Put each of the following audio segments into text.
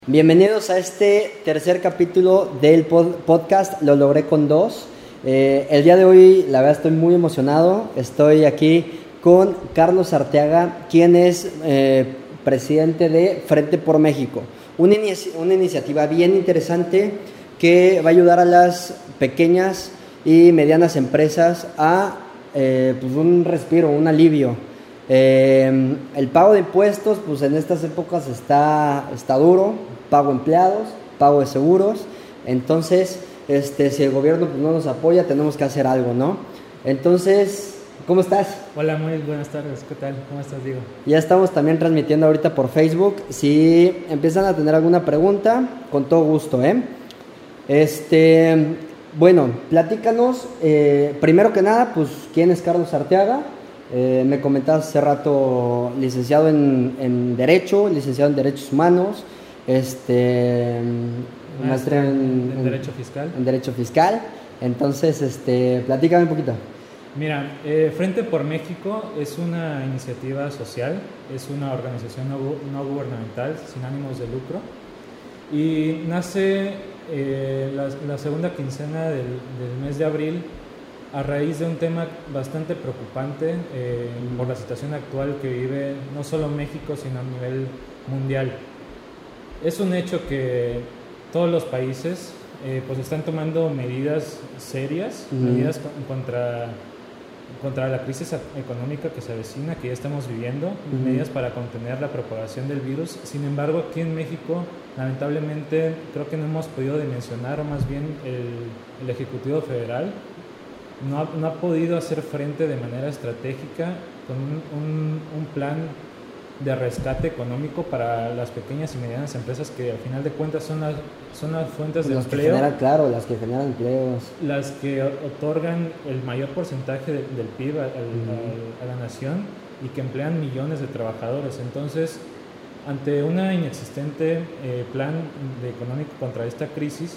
Bienvenidos a este tercer capítulo del podcast. Lo logré con 2. El día de hoy, la verdad, estoy muy emocionado. Estoy aquí con Carlos Arteaga, quien es presidente de Frente por México. Una iniciativa bien interesante que va a ayudar a las pequeñas y medianas empresas a pues un respiro, un alivio. El pago de impuestos, pues en estas épocas está duro. Pago de empleados, pago de seguros. Entonces, si el gobierno pues, no nos apoya, tenemos que hacer algo, ¿no? Entonces, ¿cómo estás? Hola, muy buenas tardes. ¿Qué tal? ¿Cómo estás, Diego? Ya estamos también transmitiendo ahorita por Facebook. Si empiezan a tener alguna pregunta, con todo gusto, ¿eh? Bueno, platícanos, primero que nada, pues, ¿quién es Carlos Arteaga? Me comentabas hace rato, licenciado en Derecho, licenciado en Derechos Humanos, maestría en Derecho Fiscal. En Derecho Fiscal. Entonces, platícame un poquito. Mira, Frente por México es una iniciativa social, es una organización no gubernamental sin ánimos de lucro y nace la segunda quincena del mes de abril a raíz de un tema bastante preocupante por la situación actual que vive no solo México, sino a nivel mundial. Es un hecho que todos los países pues están tomando medidas serias, medidas contra la crisis económica que se avecina, que ya estamos viviendo, medidas para contener la propagación del virus. Sin embargo, aquí en México, lamentablemente, creo que no hemos podido dimensionar, o más bien el Ejecutivo Federal no ha podido hacer frente de manera estratégica con un plan de rescate económico para las pequeñas y medianas empresas que al final de cuentas son las fuentes de empleo. Las que generan empleos. Las que otorgan el mayor porcentaje del PIB a la nación y que emplean millones de trabajadores. Entonces, ante una inexistente plan económico contra esta crisis,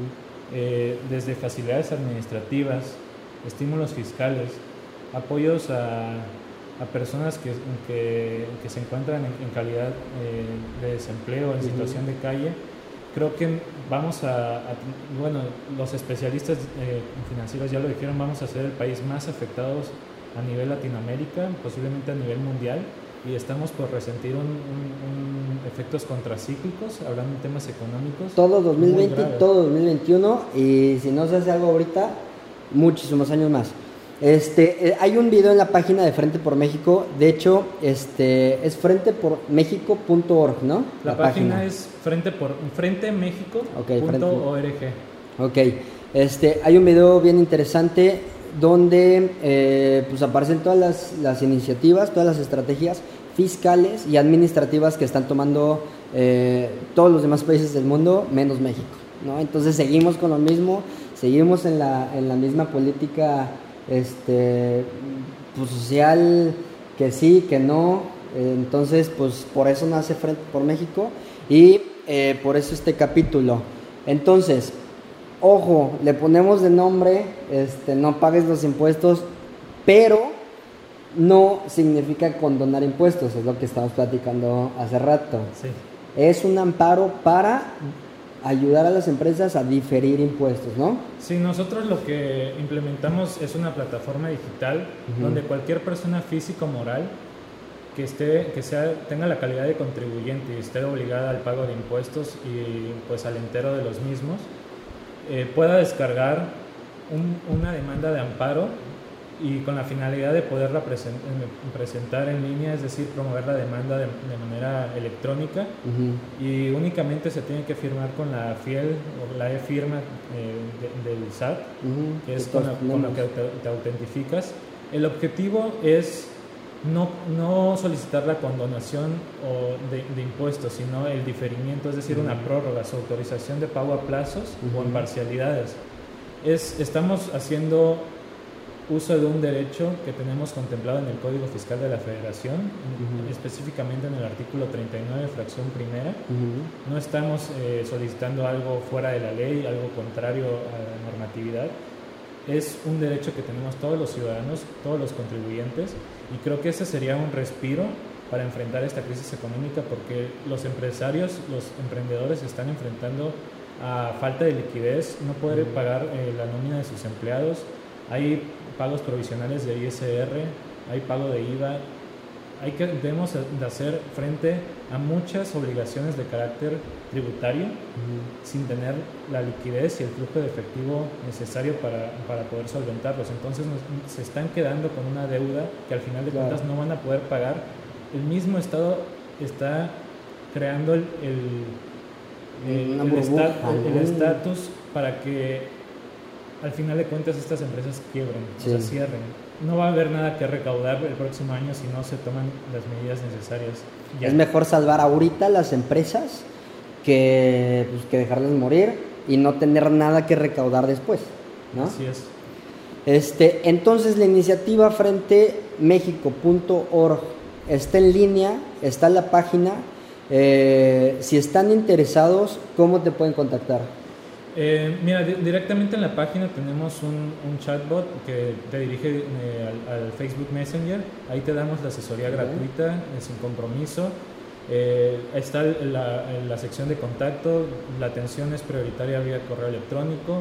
desde facilidades administrativas, estímulos fiscales, apoyos a personas que se encuentran en calidad de desempleo, en situación de calle, creo que bueno, los especialistas financieros ya lo dijeron, vamos a ser el país más afectados a nivel Latinoamérica, posiblemente a nivel mundial, y estamos por resentir efectos contracíclicos, hablando en temas económicos. Todo 2020 y todo 2021, y si no se hace algo ahorita, muchísimos años más. Hay un video en la página de Frente por México. De hecho, es frentepormexico.org, ¿no? La página es frentemexico.org. Ok. Hay un video bien interesante donde pues aparecen todas las iniciativas, todas las estrategias fiscales y administrativas que están tomando todos los demás países del mundo, menos México, ¿no? Entonces seguimos con lo mismo, seguimos en la misma política pues social, que sí, que no. Entonces, pues por eso nace Frente por México y por eso este capítulo. Entonces, ojo, le ponemos de nombre, no pagues los impuestos, pero no significa condonar impuestos, es lo que estábamos platicando hace rato. Sí. Es un amparo para ayudar a las empresas a diferir impuestos, ¿no? Sí, nosotros lo que implementamos es una plataforma digital donde cualquier persona física o moral que tenga la calidad de contribuyente y esté obligada al pago de impuestos y pues al entero de los mismos, pueda descargar una demanda de amparo y con la finalidad de poderla presentar en línea, es decir, promover la demanda de manera electrónica, y únicamente se tiene que firmar con la FIEL o la e-firma del SAT, que es con lo que te autentificas. El objetivo es no solicitar la condonación de impuestos, sino el diferimiento, es decir, una prórroga, su autorización de pago a plazos o en parcialidades. Estamos haciendo uso de un derecho que tenemos contemplado en el Código Fiscal de la Federación, específicamente en el artículo 39, fracción primera. No estamos solicitando algo fuera de la ley, algo contrario a la normatividad. Es un derecho que tenemos todos los ciudadanos, todos los contribuyentes, y creo que ese sería un respiro para enfrentar esta crisis económica, porque los empresarios, los emprendedores se están enfrentando a falta de liquidez, no poder pagar la nómina de sus empleados, hay pagos provisionales de ISR, hay pago de IVA, debemos de hacer frente a muchas obligaciones de carácter tributario sin tener la liquidez y el flujo de efectivo necesario para poder solventarlos. Entonces se están quedando con una deuda que al final de cuentas no van a poder pagar. El mismo Estado está creando el estatus para que al final de cuentas estas empresas quiebren, o sea, cierren. No va a haber nada que recaudar el próximo año si no se toman las medidas necesarias. Ya. Es mejor salvar ahorita las empresas que dejarlas morir y no tener nada que recaudar después, ¿no? Así es. Entonces la iniciativa Frente México.org está en línea, está en la página. Si están interesados, ¿cómo te pueden contactar? Mira, directamente en la página tenemos un chatbot que te dirige al Facebook Messenger. Ahí te damos la asesoría gratuita, sin compromiso. Está la sección de contacto. La atención es prioritaria vía correo electrónico.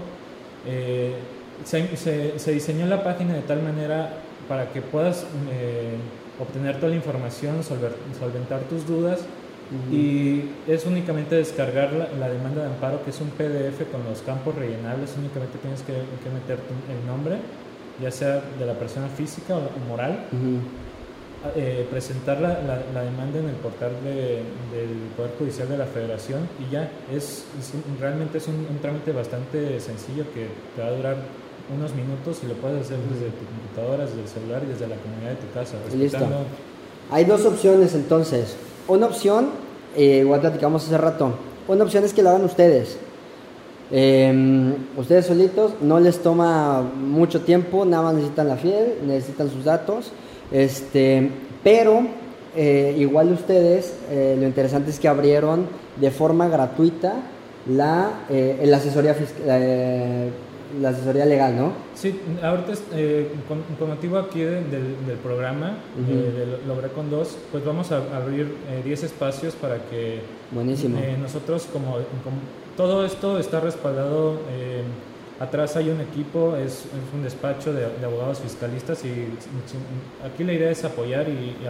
Se diseñó la página de tal manera para que puedas obtener toda la información, solventar tus dudas. Y es únicamente descargar la demanda de amparo, que es un PDF con los campos rellenables. Únicamente tienes que meter el nombre, ya sea de la persona física o moral, presentar la demanda en el portal del Poder Judicial de la Federación y ya, realmente es un trámite bastante sencillo que te va a durar unos minutos y lo puedes hacer desde tu computadora, desde el celular y desde la comunidad de tu casa. Listo. Hay dos opciones entonces. Una opción, igual platicamos hace rato, una opción es que lo hagan ustedes. Ustedes solitos, no les toma mucho tiempo, nada más necesitan la fiel, necesitan sus datos, pero igual ustedes, lo interesante es que abrieron de forma gratuita la asesoría la asesoría legal, ¿no? Sí, ahorita con motivo aquí del programa, Logré con Dos, pues vamos a abrir 10 espacios para que nosotros, como todo esto está respaldado, atrás hay un equipo, es un despacho de abogados fiscalistas y aquí la idea es apoyar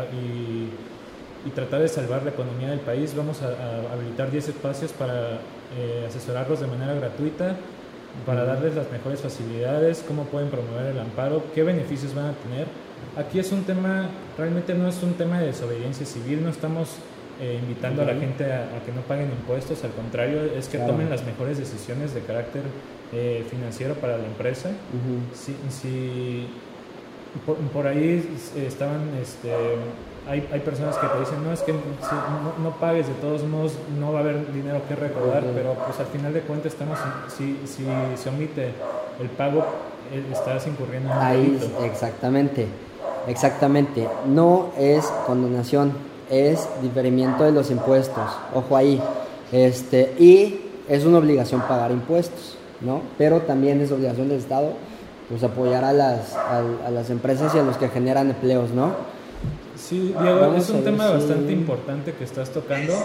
y tratar de salvar la economía del país. Vamos a habilitar 10 espacios para asesorarlos de manera gratuita, para darles las mejores facilidades, cómo pueden promover el amparo, qué beneficios van a tener. Aquí es un tema, realmente no es un tema de desobediencia civil, no estamos invitando a la gente a que no paguen impuestos, al contrario, es que tomen las mejores decisiones de carácter financiero para la empresa. Si por ahí estaban... Hay personas que te dicen, no, es que si no pagues, de todos modos no va a haber dinero que recaudar, pero pues al final de cuentas si se omite el pago, estás incurriendo en un delito. Exactamente, no es condonación, es diferimiento de los impuestos, ojo ahí, y es una obligación pagar impuestos, ¿no? Pero también es obligación del Estado, pues apoyar a las empresas y a los que generan empleos, ¿no? Sí, Diego, es un tema bastante importante que estás tocando.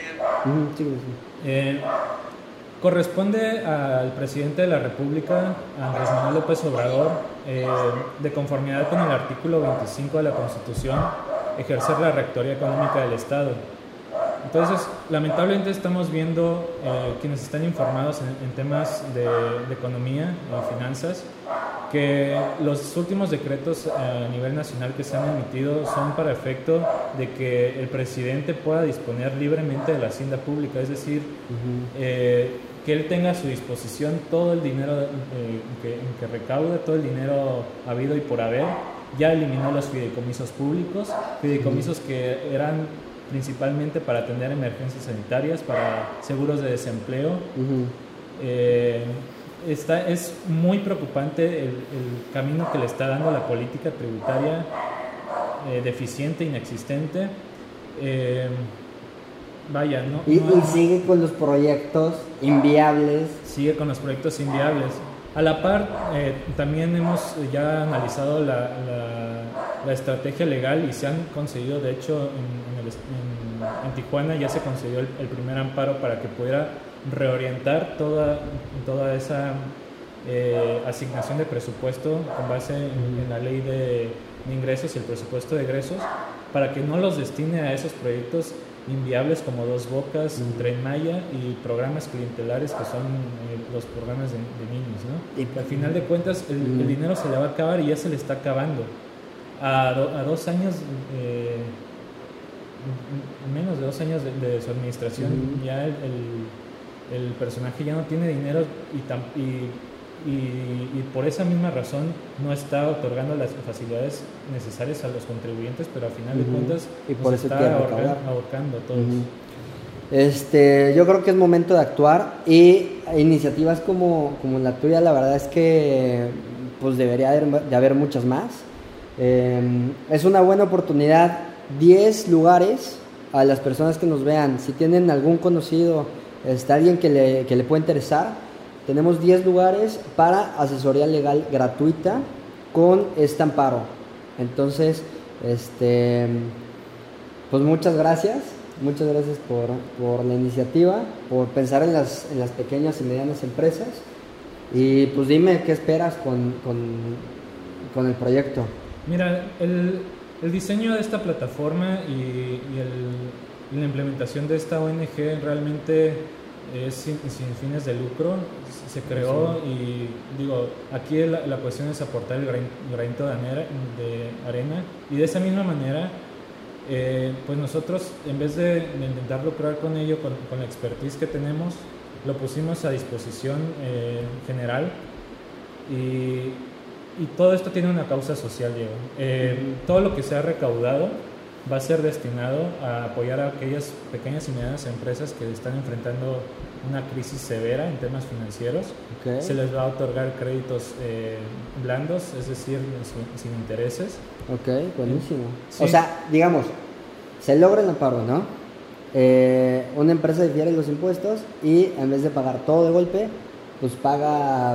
Corresponde al presidente de la República, Andrés Manuel López Obrador, de conformidad con el artículo 25 de la Constitución, ejercer la rectoría económica del Estado. Entonces, lamentablemente estamos viendo, quienes están informados en temas de economía y finanzas, que los últimos decretos a nivel nacional que se han emitido son para efecto de que el presidente pueda disponer libremente de la hacienda pública, es decir, que él tenga a su disposición todo el dinero que recaude, todo el dinero habido y por haber. Ya eliminó los fideicomisos públicos, fideicomisos que eran principalmente para atender emergencias sanitarias, para seguros de desempleo. Es muy preocupante el camino que le está dando la política tributaria, deficiente, inexistente. Y sigue con los proyectos inviables. Sigue con los proyectos inviables. A la par, también hemos ya analizado la estrategia legal y se han conseguido, de hecho, en Tijuana ya se concedió el primer amparo para que pudiera reorientar toda esa asignación de presupuesto con base en la ley de ingresos y el presupuesto de egresos, para que no los destine a esos proyectos inviables como Dos Bocas, Tren Maya y programas clientelares que son los programas de niños, ¿no? Y al final de cuentas el dinero se le va a acabar y ya se le está acabando. A 2 años, menos de 2 años de su administración, ya el personaje ya no tiene dinero y por esa misma razón no está otorgando las facilidades necesarias a los contribuyentes, pero al final de cuentas y por eso está ahorcando a todos. Yo creo que es momento de actuar, y iniciativas como la tuya, la verdad es que pues debería de haber muchas más. Es una buena oportunidad. 10 lugares a las personas que nos vean, si tienen algún conocido, alguien que le pueda interesar. Tenemos 10 lugares para asesoría legal gratuita con este amparo. Entonces, pues muchas gracias por la iniciativa, por pensar en las pequeñas y medianas empresas. Y pues dime qué esperas con el proyecto. Mira, el diseño de esta plataforma y la implementación de esta ONG realmente es sin fines de lucro. Se creó, y digo, aquí la cuestión es aportar el granito de arena, y de esa misma manera pues nosotros, en vez de intentar lucrar con ello, con la expertise que tenemos, lo pusimos a disposición general, y todo esto tiene una causa social, Diego. Todo lo que se ha recaudado va a ser destinado a apoyar a aquellas pequeñas y medianas empresas que están enfrentando una crisis severa en temas financieros. Okay. Se les va a otorgar créditos blandos, es decir, sin intereses. Ok, buenísimo. Sí. O sea, digamos, se logra el amparo, ¿no? Una empresa difiere los impuestos y en vez de pagar todo de golpe, pues paga,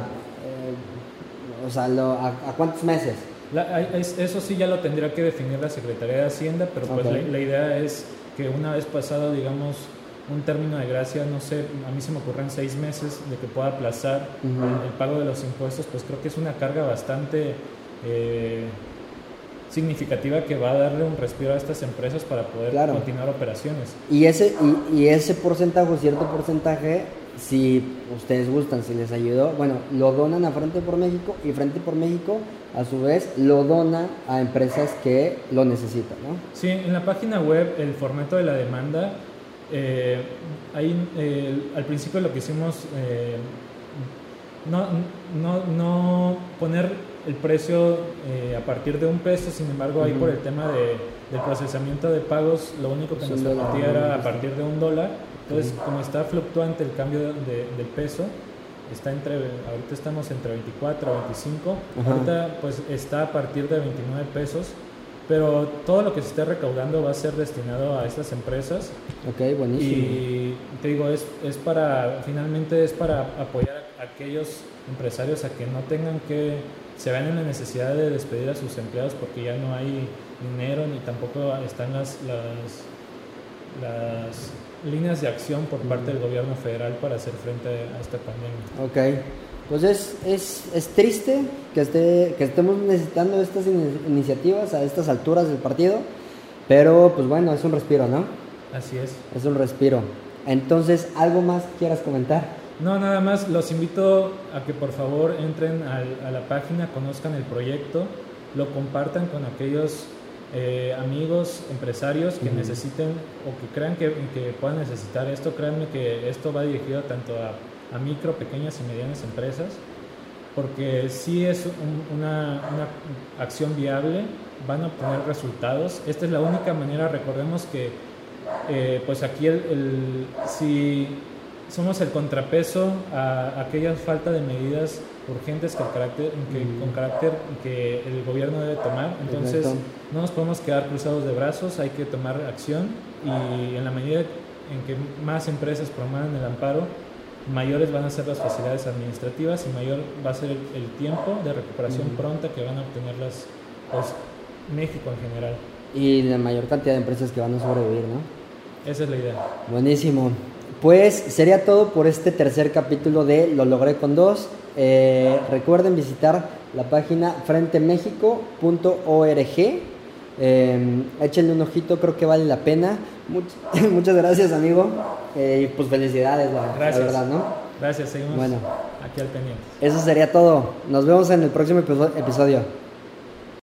¿a cuántos meses? Eso sí ya lo tendría que definir la Secretaría de Hacienda, pero pues la idea es que una vez pasado, digamos, un término de gracia, no sé, a mí se me ocurren 6 meses de que pueda aplazar el pago de los impuestos, pues creo que es una carga bastante significativa que va a darle un respiro a estas empresas para poder continuar operaciones. Y ese porcentaje, o cierto porcentaje, si ustedes gustan, si les ayudó, bueno, lo donan a Frente por México, y Frente por México a su vez lo dona a empresas que lo necesitan, ¿no? Sí, en la página web el formato de la demanda, al principio lo que hicimos, no poner el precio a partir de $1, sin embargo ahí por el tema del procesamiento de pagos, lo único que nos permitía era a partir de $1. Entonces, como está fluctuante el cambio del peso, ahorita estamos entre 24 a 25, ahorita pues está a partir de 29 pesos, pero todo lo que se esté recaudando va a ser destinado a estas empresas. Ok, buenísimo. Y te digo, finalmente es para apoyar a aquellos empresarios a que no tengan se vean en la necesidad de despedir a sus empleados porque ya no hay dinero, ni tampoco están las líneas de acción por parte del gobierno federal para hacer frente a esta pandemia. Ok, pues es triste que estemos necesitando estas iniciativas a estas alturas del partido, pero pues bueno, es un respiro, ¿no? Así es. Es un respiro. Entonces, ¿algo más quieras comentar? No, nada más, los invito a que por favor entren a la página, conozcan el proyecto, lo compartan con aquellos amigos, empresarios que necesiten o que crean que puedan necesitar esto. Créanme que esto va dirigido tanto a micro, pequeñas y medianas empresas, porque sí es una acción viable, van a obtener resultados. Esta es la única manera. Recordemos que pues aquí si somos el contrapeso a aquella falta de medidas urgentes con carácter que el gobierno debe tomar. Entonces no nos podemos quedar cruzados de brazos, hay que tomar acción, y en la medida en que más empresas promuevan el amparo, mayores van a ser las facilidades administrativas y mayor va a ser el tiempo de recuperación pronta que van a obtener México en general. y la mayor cantidad de empresas que van a sobrevivir, ¿no? Esa es la idea. Buenísimo. Pues sería todo por este tercer capítulo de Lo logré con dos. Recuerden visitar la página frentemexico.org. Échenle un ojito, creo que vale la pena. Muchas gracias, amigo. Y pues felicidades, la verdad, ¿no? Gracias, seguimos bueno, aquí al pendiente. Eso sería todo. Nos vemos en el próximo episodio.